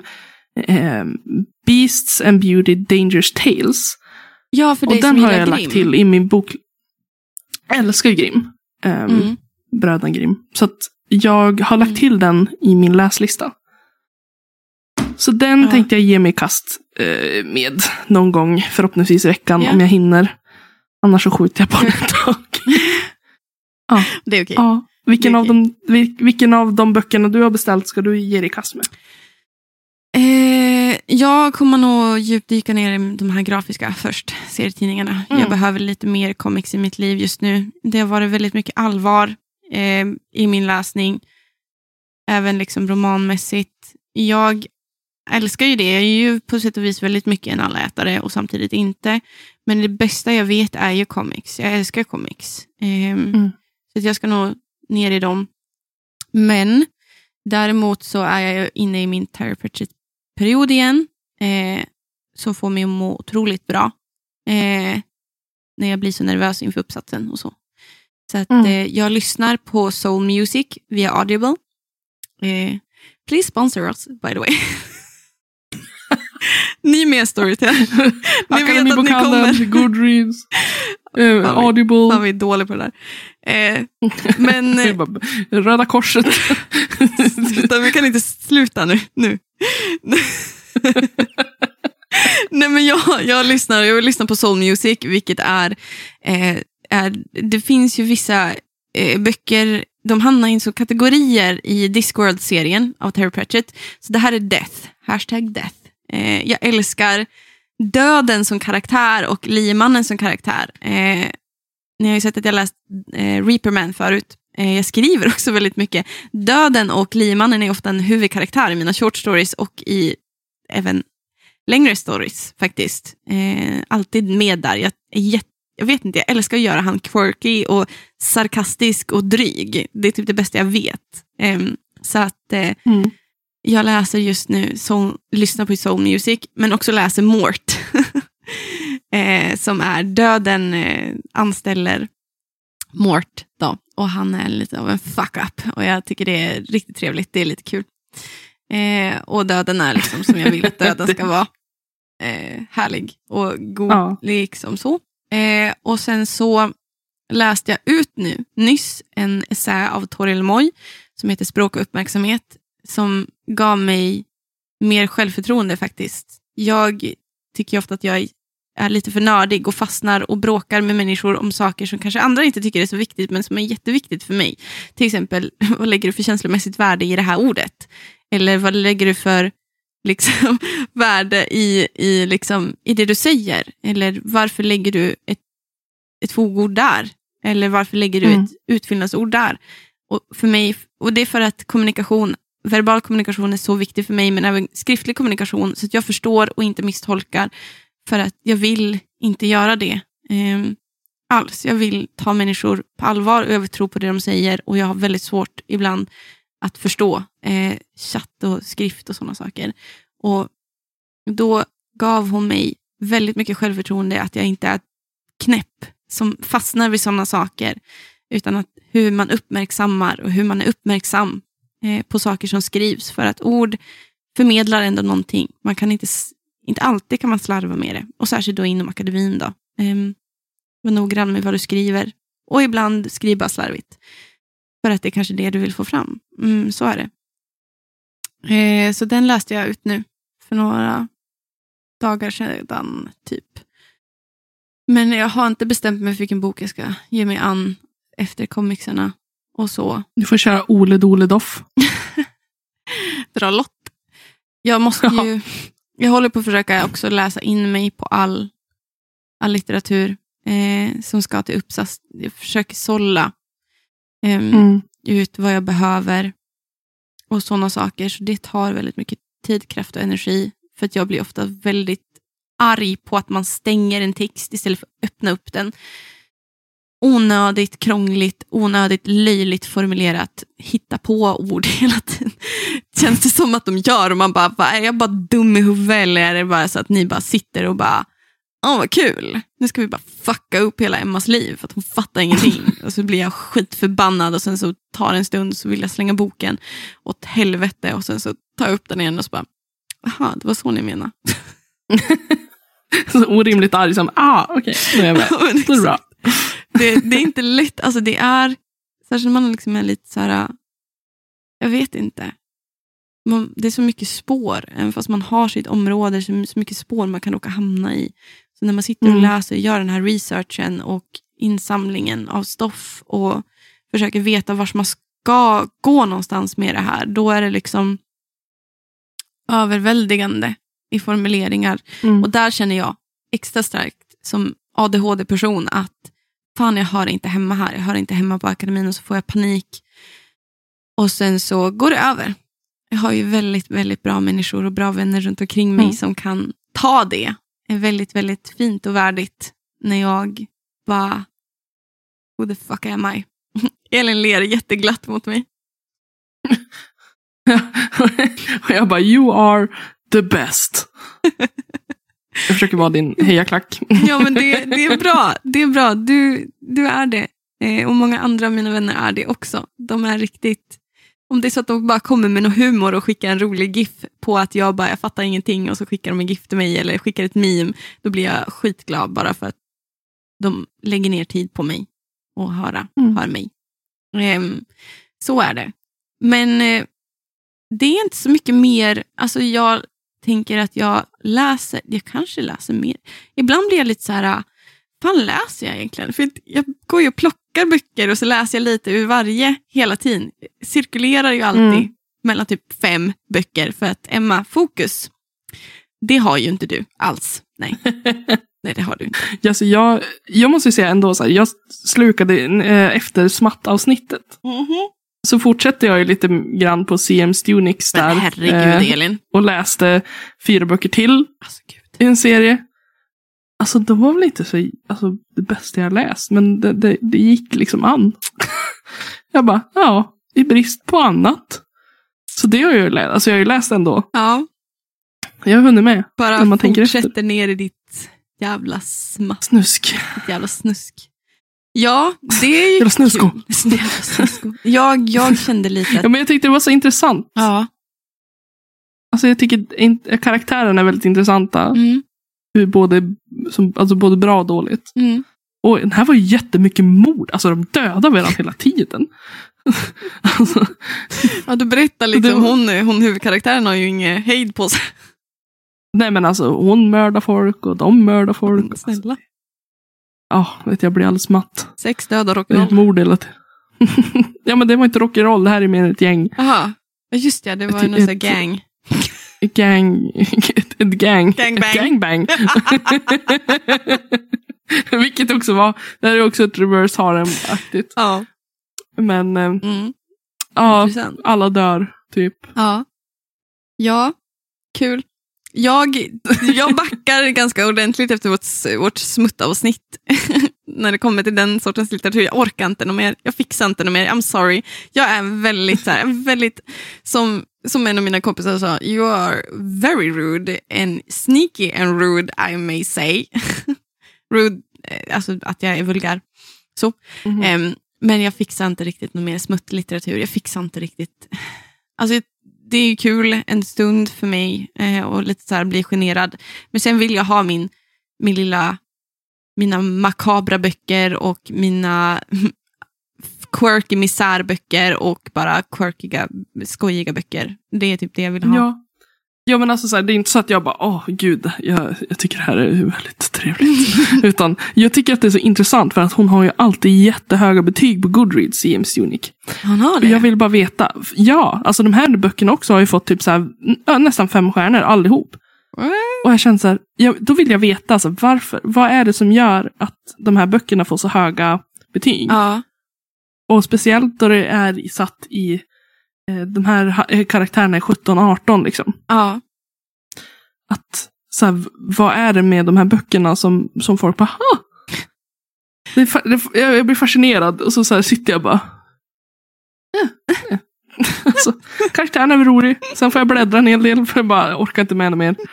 Beasts and Beauty Dangerous Tales. Ja, för och den har jag lagt till i min bok. Jag älskar Grimm. Bröderna Grimm. Så att jag har lagt till den i min läslista. Så den tänkte jag ge mig i kast med någon gång, förhoppningsvis i veckan om jag hinner. Annars så skjuter jag på den ett tag. Det är okej. Ja. Vilken av de böckerna du har beställt ska du ge dig i kast med? Jag kommer nog djupdyka ner i de här grafiska först, serietidningarna. Jag behöver lite mer comics i mitt liv just nu. Det har varit väldigt mycket allvar i min läsning. Även liksom romanmässigt. Jag älskar ju det. Jag är ju på sätt och vis väldigt mycket en allätare och samtidigt inte. Men det bästa jag vet är ju comics. Jag älskar comics. Så att jag ska nog ner i dem. Men däremot så är jag inne i min Terry Pratchett-period igen. Som får mig att må otroligt bra. När jag blir så nervös inför uppsatsen och så. Så att jag lyssnar på soul music via Audible. Please sponsor us, by the way. Ni är med Storytel. Ni vet att ni kommer. Goodreads, Audible. Fan, vi är dåliga på det där. Men Röda Korset. Vi kan inte sluta nu. Nej, men jag vill lyssna på soul music, vilket är det finns ju vissa böcker de hamnar in så kategorier i Discworld-serien av Terry Pratchett. Så det här är Death. #Death. Jag älskar döden som karaktär och liemannen som karaktär. Ni har ju sett att jag läst Reaperman förut. Jag skriver också väldigt mycket. Döden och liemannen är ofta en huvudkaraktär i mina short stories och i även längre stories faktiskt. Alltid med där. Jag vet inte, jag älskar att göra han quirky och sarkastisk och dryg. Det är typ det bästa jag vet. Så att jag läser just nu, lyssnar på soul music, men också läser Mort. Som är döden anställer Mort då. Och han är lite av en fuck up. Och jag tycker det är riktigt trevligt, det är lite kul. Och döden är liksom som jag vill att döden ska vara. Härlig och god, liksom så. Och sen så läste jag ut nyss en essä av Toril Moy som heter Språk och uppmärksamhet, som gav mig mer självförtroende faktiskt. Jag tycker ofta att jag är lite för nördig och fastnar och bråkar med människor om saker som kanske andra inte tycker är så viktigt, men som är jätteviktigt för mig. Till exempel, vad lägger du för känslomässigt värde i det här ordet? Eller vad lägger du för liksom värde i det du säger? Eller varför lägger du ett fogord där? Eller varför lägger du ett utfyllnadsord där? Och för mig, och det är för att verbal kommunikation är så viktig för mig, men även skriftlig kommunikation, så att jag förstår och inte misstolkar, för att jag vill inte göra det alls. Jag vill ta människor på allvar och övertro på det de säger, och jag har väldigt svårt ibland att förstå chatt och skrift och sådana saker. Och då gav hon mig väldigt mycket självförtroende, att jag inte är knäpp som fastnar vid sådana saker, utan att hur man uppmärksammar och hur man är uppmärksam på saker som skrivs, för att ord förmedlar ändå någonting. Man kan inte alltid kan man slarva med det, och särskilt då inom akademin då. Var noggrann med vad du skriver, och ibland skriva slarvigt, för att det är kanske det du vill få fram. Så är det. Så den läste jag ut nu för några dagar sedan typ. Men jag har inte bestämt mig för vilken bok jag ska ge mig an efter comicsarna och så. Du får köra Ole Dole Doff. Dra lott. Jag måste ju... Jag håller på att försöka också läsa in mig på all litteratur som ska till uppsats. Jag försöker sålla ut vad jag behöver och sådana saker. Så det tar väldigt mycket tid, kraft och energi. För att jag blir ofta väldigt arg på att man stänger en text istället för att öppna upp den. Onödigt krångligt, onödigt löjligt formulerat, hitta på ord hela tiden. Känns det som att de gör, och man bara, är jag bara dum i huvudet, eller är det bara så att ni bara sitter och bara, vad kul, nu ska vi bara fucka upp hela Emmas liv för att hon fattar ingenting. Och så blir jag skitförbannad, och sen så tar det en stund, så vill jag slänga boken åt helvete, och sen så tar jag upp den igen och så bara, aha, det var så ni menar. Så orimligt arg som, okej, nu är jag med. Det är bra. Det är inte lätt, alltså det är, särskilt man liksom är lite så här, jag vet inte. Det är så mycket spår, även fast man har sitt område, så mycket spår man kan råka hamna i. Så när man sitter och läser, gör den här researchen och insamlingen av stoff och försöker veta var man ska gå någonstans med det här, då är det liksom överväldigande i formuleringar. Och där känner jag extra starkt som ADHD-person att fan, jag hör inte hemma här. Jag hör inte hemma på akademin, och så får jag panik. Och sen så går det över. Jag har ju väldigt, väldigt bra människor och bra vänner runt omkring mig som kan ta det. Det är väldigt, väldigt fint och värdigt när jag bara, who the fuck am I? Elin ler jätteglatt mot mig. Och jag bara, you are the best. Jag försöker vara din hejaklack. Ja, men det är bra. Det är bra. Du är det. Och många andra av mina vänner är det också. De är riktigt... Om det är så att de bara kommer med någon humor och skickar en rolig gif på att jag fattar ingenting, och så skickar de en gif till mig eller skickar ett meme, då blir jag skitglad bara för att de lägger ner tid på mig och hör mig. Så är det. Men det är inte så mycket mer. Alltså jag tänker att jag kanske läser mer. Ibland blir jag lite så här, fan läser jag egentligen? För jag går ju och plockar böcker och så läser jag lite ur varje hela tiden. Cirkulerar ju alltid mellan typ 5 böcker för att Emma, fokus. Det har ju inte du alls. Nej. Nej, det har du inte. Alltså, jag måste ju säga ändå så här, jag slukade efter smattavsnittet. Så fortsätter jag ju lite grann på CM Stunix där. Men herregud, Elin. Och läste 4 böcker till i en serie. Alltså, de var väl inte så det bästa jag läst. Men det gick liksom an. Jag bara, i brist på annat. Så det har jag ju läst. Alltså, jag har ju läst ändå. Ja. Jag har hunnit med. Bara man fortsätter ner i ditt jävla snusk. Ditt jävla snusk. Ja, det är ju jävla snusko. Jag kände lite att... Ja, men jag tyckte det var så intressant. Ja. Alltså jag tycker karaktärerna är väldigt intressanta. Hur både bra och dåligt. Och den här var ju jättemycket mord. Alltså de dödar varandra hela tiden. Alltså. Ja, du berättar liksom, hon huvudkaraktären har ju ingen hejd på sig. Nej, men alltså hon mördar folk och de mördar folk. Snälla. Jag blir alldeles matt. 6 döda rock'n'roll. Mord hela tiden. Ja, men det var inte rock'n'roll, det här är mer ett gäng. Jaha, just det var någon sån här gang. Ett gang. Gangbang. Vilket också var, det här är också ett reverse harem-aktigt. Ja. Men alla dör typ. Ja, kul. Jag backar ganska ordentligt efter vårt smuttavsnitt när det kommer till den sortens litteratur. Jag orkar inte något mer. Jag fixar inte något mer. I'm sorry. Jag är väldigt som en av mina kompisar sa, you are very rude and sneaky and rude, I may say. Rude, alltså att jag är vulgär. Så. Men jag fixar inte riktigt något mer smuttlitteratur. Jag fixar inte riktigt... Alltså det är ju kul en stund för mig och lite så här bli generad. Men sen vill jag ha mina makabra böcker och mina quirky misärböcker och bara quirkiga, skojiga böcker. Det är typ det jag vill ha. Ja, men alltså så här, det är inte så att jag bara, gud, jag tycker det här är väldigt trevligt. Utan jag tycker att det är så intressant för att hon har ju alltid jättehöga betyg på Goodreads, CM Stunix. Han har det? Jag vill bara veta, alltså de här böckerna också har ju fått typ så här, nästan 5 stjärnor allihop. Och jag känner så här, då vill jag veta alltså, varför. Vad är det som gör att de här böckerna får så höga betyg? Ja. Och speciellt då det är satt i de här karaktärerna är 17-18 liksom. Ja. Att så här, vad är det med de här böckerna som folk bara, jag blir fascinerad och så här sitter jag bara alltså, karaktären är rolig. Sen får jag bläddra en hel del för jag bara orkar inte med mer.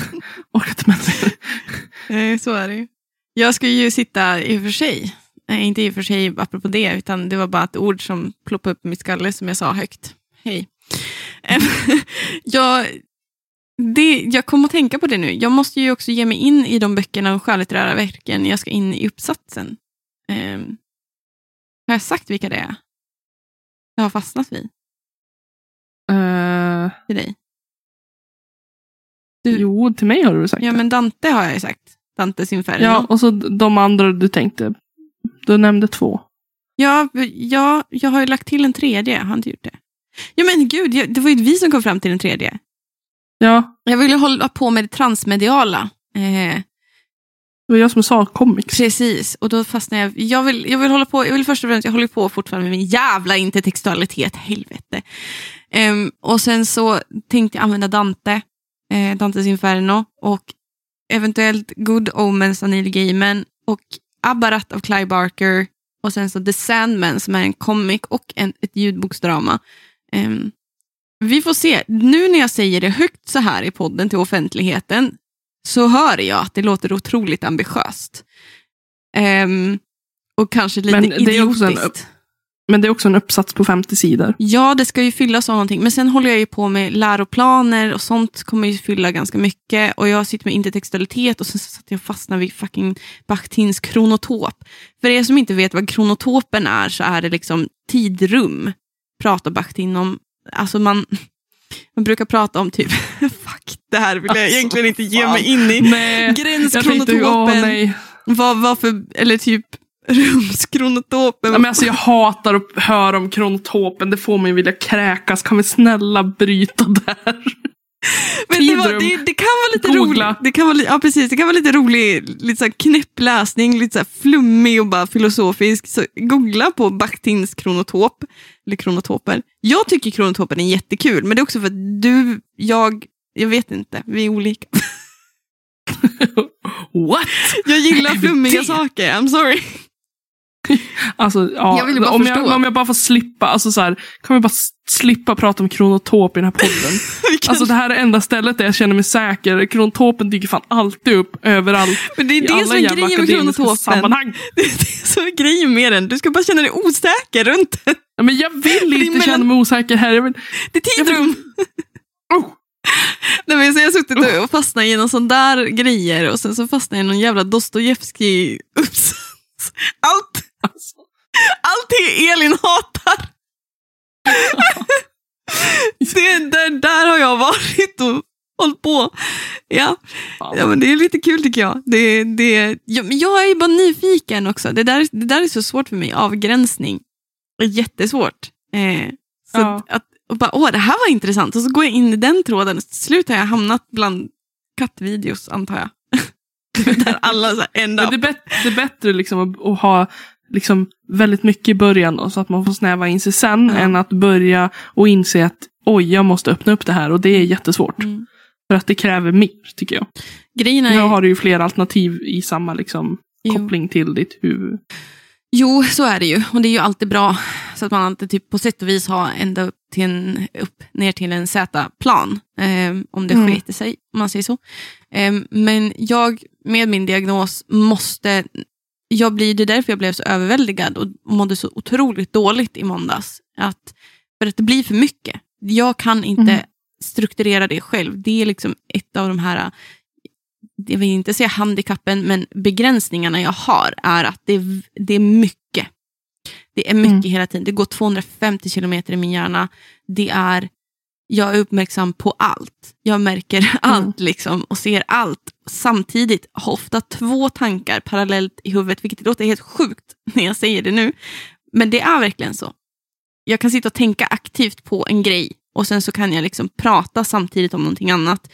Så är det. Jag ska ju sitta i och för sig. Inte i och för sig apropå det, utan det var bara ett ord som ploppade upp i mitt skalle som jag sa högt. Hej. Jag kommer att tänka på det nu. Jag måste ju också ge mig in i de böckerna och skönlitterära verken. Jag ska in i uppsatsen. Har jag sagt vilka det är? Jag har fastnat vid. Till dig. Jo, till mig har du sagt. Ja, men Dante har jag ju sagt. Dantes Inferno. Ja, och så de andra du tänkte. Du nämnde 2. Ja, jag har ju lagt till en 3:e. Jag har inte gjort det. Ja, men gud, det var ju vi som kom fram till den 3:e. Ja. Jag ville hålla på med det transmediala. Det var jag som sa comics. Precis, och då fastnade jag vill hålla på, jag vill först och främst, jag håller på fortfarande med min jävla intertextualitet, helvete. Och sen så tänkte jag använda Dantes Inferno och eventuellt Good Omens av Neil Gaiman och Abarat av Clive Barker och sen så The Sandman som är en comic och ett ljudboksdrama. Vi får se. Nu när jag säger det högt så här i podden till offentligheten så hör jag att det låter otroligt ambitiöst. Och kanske lite idiotiskt. Men det är också en uppsats på 50 sidor. Ja, det ska ju fyllas av någonting. Men sen håller jag ju på med läroplaner och sånt kommer ju fylla ganska mycket. Och jag sitter med intertextualitet och sen så satt jag fastnar vid fucking Bakhtins kronotop. För er som inte vet vad kronotopen är så är det liksom tidrum. Pratar Bakhtin om. Alltså man brukar prata om typ fuck, det här vill jag egentligen inte ge mig in i. Nej, gränskronotopen. Vad för, eller typ rumskronotopen. Ja, men alltså jag hatar att höra om kronotopen. Det får mig vilja kräkas. Kan vi snälla bryta där? Men det kan vara lite roligt. Det kan vara, ja, precis. Det kan vara lite rolig, lite så här knäppläsning, lite så här flummig och bara filosofisk. Så googla på Bakhtins kronotop eller kronotoper. Jag tycker kronotopen är jättekul, men det är också för att jag vet inte, vi är olika. What? Jag gillar flummiga saker, I'm sorry. Alltså, ja, jag vill bara om jag bara får slippa, alltså så här, kan vi bara slippa prata om kronotop i den här podden? Alltså det här är enda stället där jag känner mig säker. Kronotopen dyker fan alltid upp överallt. Men det är det som är grejen med kronotopen. Sammanhang. Det är det som är grejen med den. Du ska bara känna dig osäker runt den. Ja, men jag vill inte känna mig osäker här. Det är tidrum. Nej, men så jag har suttit och fastnat i någon sån där grejer och sen så fastnat i någon jävla Dostojevskij uppsats. Allt det Elin hatar. där har jag varit och hållit på. Ja, men det är lite kul tycker jag. Men jag är bara nyfiken också. Det där är så svårt för mig. Avgränsning. Det är jättesvårt. Och bara, det här var intressant. Och så går jag in i den tråden. Och till slut har jag hamnat bland kattvideos, antar jag. Där alla så ända. Men det är bättre liksom att ha liksom väldigt mycket i början så att man får snäva in sig sen än att börja och inse att jag måste öppna upp det här och det är jättesvårt. För att det kräver mer, tycker jag. Nu har du ju fler alternativ i samma liksom koppling till ditt huvud. Jo, så är det ju. Och det är ju alltid bra så att man alltid typ på sätt och vis har ända upp ner till en Z-plan. Om det skiter sig, om man säger så. Men jag, med min diagnos, det är därför jag blev så överväldigad och mådde så otroligt dåligt i måndags. För att det blir för mycket. Jag kan inte strukturera det själv. Det är liksom ett av de här, jag vill inte säga handikappen, men begränsningarna jag har är att det är mycket. Det är mycket hela tiden. Det går 250 kilometer i min hjärna. Jag är uppmärksam på allt. Jag märker allt liksom och ser allt. Samtidigt har ofta 2 tankar parallellt i huvudet, vilket låter helt sjukt när jag säger det nu. Men det är verkligen så. Jag kan sitta och tänka aktivt på en grej och sen så kan jag liksom prata samtidigt om någonting annat.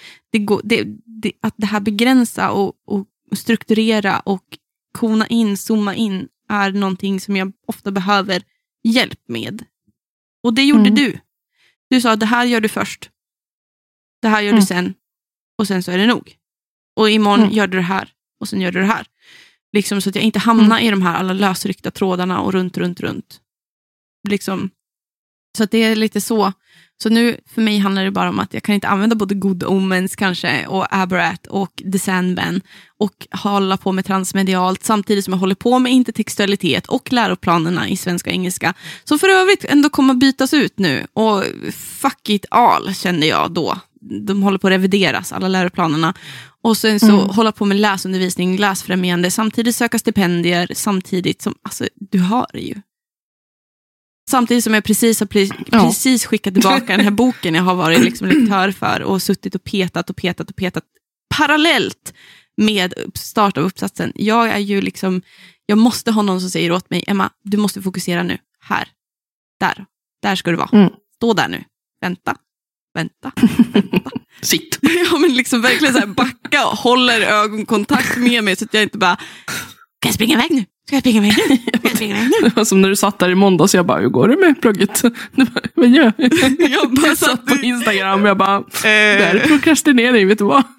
Att det här begränsa och strukturera och zooma in är någonting som jag ofta behöver hjälp med. Och det gjorde du. Du sa att det här gör du först. Det här gör du sen. Och sen så är det nog. Och imorgon gör du det här. Och sen gör du det här. Liksom så att jag inte hamnar i de här alla lösryckta trådarna och runt. Liksom. Så att det är lite så. Så nu för mig handlar det bara om att jag kan inte använda både Good Omens kanske och Aberrat och The Sandman och hålla på med transmedialt samtidigt som jag håller på med intertextualitet och läroplanerna i svenska och engelska. Så för övrigt ändå kommer bytas ut nu och fuck it all kände jag då. De håller på att revideras, alla läroplanerna. Och sen så hålla på med läsundervisning, läsfrämjande, samtidigt söka stipendier, samtidigt som, alltså du hör ju. Samtidigt som jag precis skickat tillbaka den här boken jag har varit liksom lektör för och suttit och petat parallellt med start av uppsatsen. Jag är ju liksom, jag måste ha någon som säger åt mig, Emma, du måste fokusera nu. Här. Där ska du vara. Stå där nu. Vänta. Sitt. Ja, men liksom verkligen så här backa och håller ögonkontakt med mig så att jag inte bara, kan jag springa iväg nu? Som när du satt där i måndag så jag bara, hur går det med plugget? Vad gör jag? Bara satt på Instagram och jag bara, det är prokrastinering, vet du vad?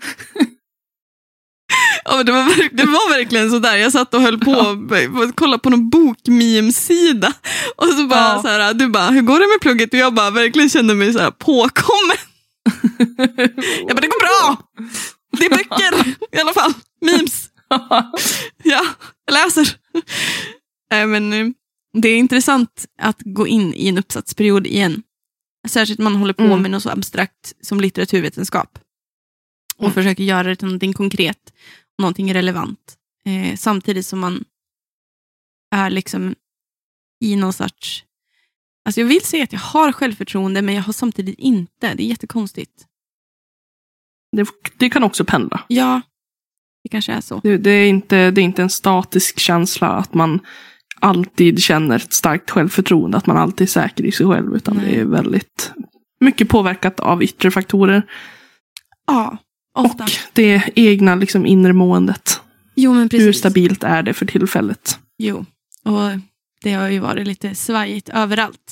Ja, det var verkligen så där. Jag satt och höll på att kolla på någon bokmeme-sida och så bara så här, du bara, hur går det med plugget? Och jag bara verkligen kände mig så här påkommen. Jag bara, det går bra. Det är böcker i alla fall. Memes. Ja, jag läser. Men det är intressant att gå in i en uppsatsperiod igen. Särskilt man håller på med något så abstrakt som litteraturvetenskap. Och försöker göra det till någonting konkret. Någonting relevant. Samtidigt som man är liksom i någon sorts... Alltså jag vill säga att jag har självförtroende, men jag har samtidigt inte. Det är jättekonstigt. Det kan också pendla. Ja. Det kanske är så. Det är inte en statisk känsla att man alltid känner ett starkt självförtroende, att man alltid är säker i sig själv, utan det är väldigt mycket påverkat av yttre faktorer. Ja, ofta. Och det egna liksom inre måendet. Jo, men precis. Hur stabilt är det för tillfället? Jo, och det har ju varit lite svajigt överallt.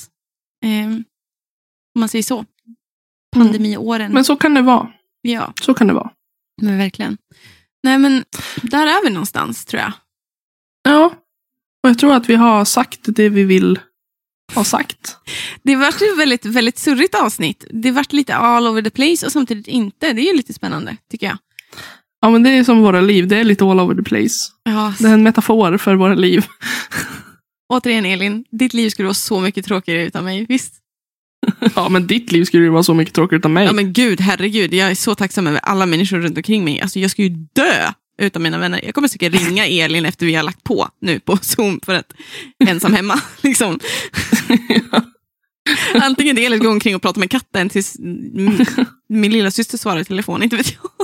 Om man säger så. Pandemiåren. Men så kan det vara. Ja. Så kan det vara. Men verkligen. Nej, men där är vi någonstans, tror jag. Ja. Och jag tror att vi har sagt det vi vill ha sagt. Det har varit ett väldigt, väldigt surrigt avsnitt. Det har varit lite all over the place och samtidigt inte. Det är ju lite spännande, tycker jag. Ja, men det är som våra liv. Det är lite all over the place. Ja. Det är en metafor för våra liv. Återigen, Elin. Ditt liv skulle vara så mycket tråkigare utan mig, visst? Ja, men ditt liv skulle ju vara så mycket tråkigare utan mig. Ja, men gud, herregud. Jag är så tacksam över alla människor runt omkring mig. Alltså, jag ska ju dö utan mina vänner. Jag kommer säkert ringa Elin efter vi har lagt på nu på Zoom för att ensam hemma, liksom. Ja. Antingen det eller gå omkring och prata med katten tills min lilla syster svarar i telefon, inte vet jag.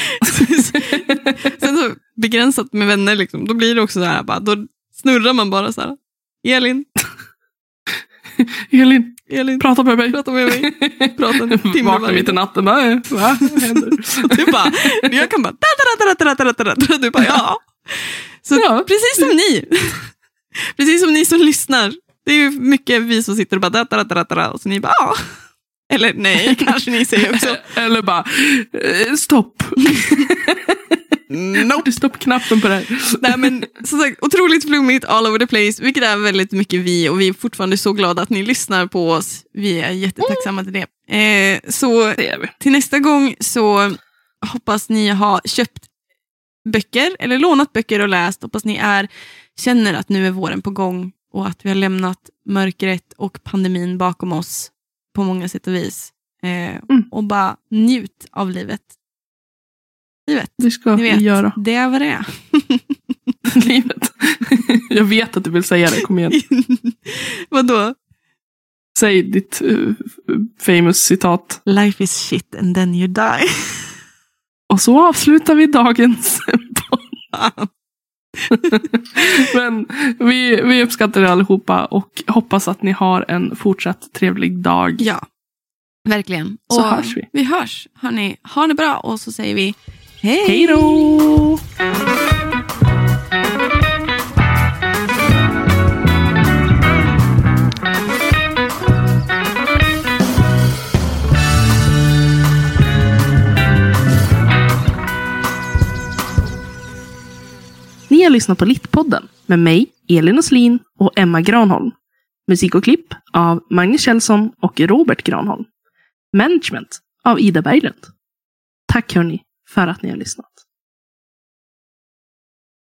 Sen så begränsat med vänner, liksom. Då blir det också så här, bara, då snurrar man bara så här. Elin, prata med mig. Prata en timme. Vakna mitt i natten. Vad händer? Du bara, jag kan bara du bara, ja. Så ja. Precis som ni. Precis som ni som lyssnar. Det är ju mycket vi som sitter och bara och så ni bara, ja. Eller nej, kanske ni säger också. Eller bara, stopp. Nope. Stopp-knappen på det här. Nej, men som sagt, otroligt flummigt all over the place, vilket är väldigt mycket vi, och vi är fortfarande så glada att ni lyssnar på oss. Vi är jättetacksamma till det. Så det är vi. Till nästa gång så hoppas ni har köpt böcker eller lånat böcker och läst. Hoppas ni känner att nu är våren på gång och att vi har lämnat mörkret och pandemin bakom oss på många sätt och vis. Och bara njut av livet. Det ska vi göra. Det är vad det är. Livet. Jag vet att du vill säga det, kom igen. Vadå? Säg ditt famous citat. Life is shit and then you die. Och så avslutar vi dagens podd. Men vi uppskattar det allihopa och hoppas att ni har en fortsatt trevlig dag. Ja, verkligen. Så hörs vi. Vi hörs. Hörrni, ha det bra och så säger vi hej! Hej då! Ni har lyssnat på Littpodden med mig, Elin Åslin och Emma Granholm. Musik och klipp av Magnus Kjellson och Robert Granholm. Management av Ida Berglund. Tack hörni för att ni har lyssnat.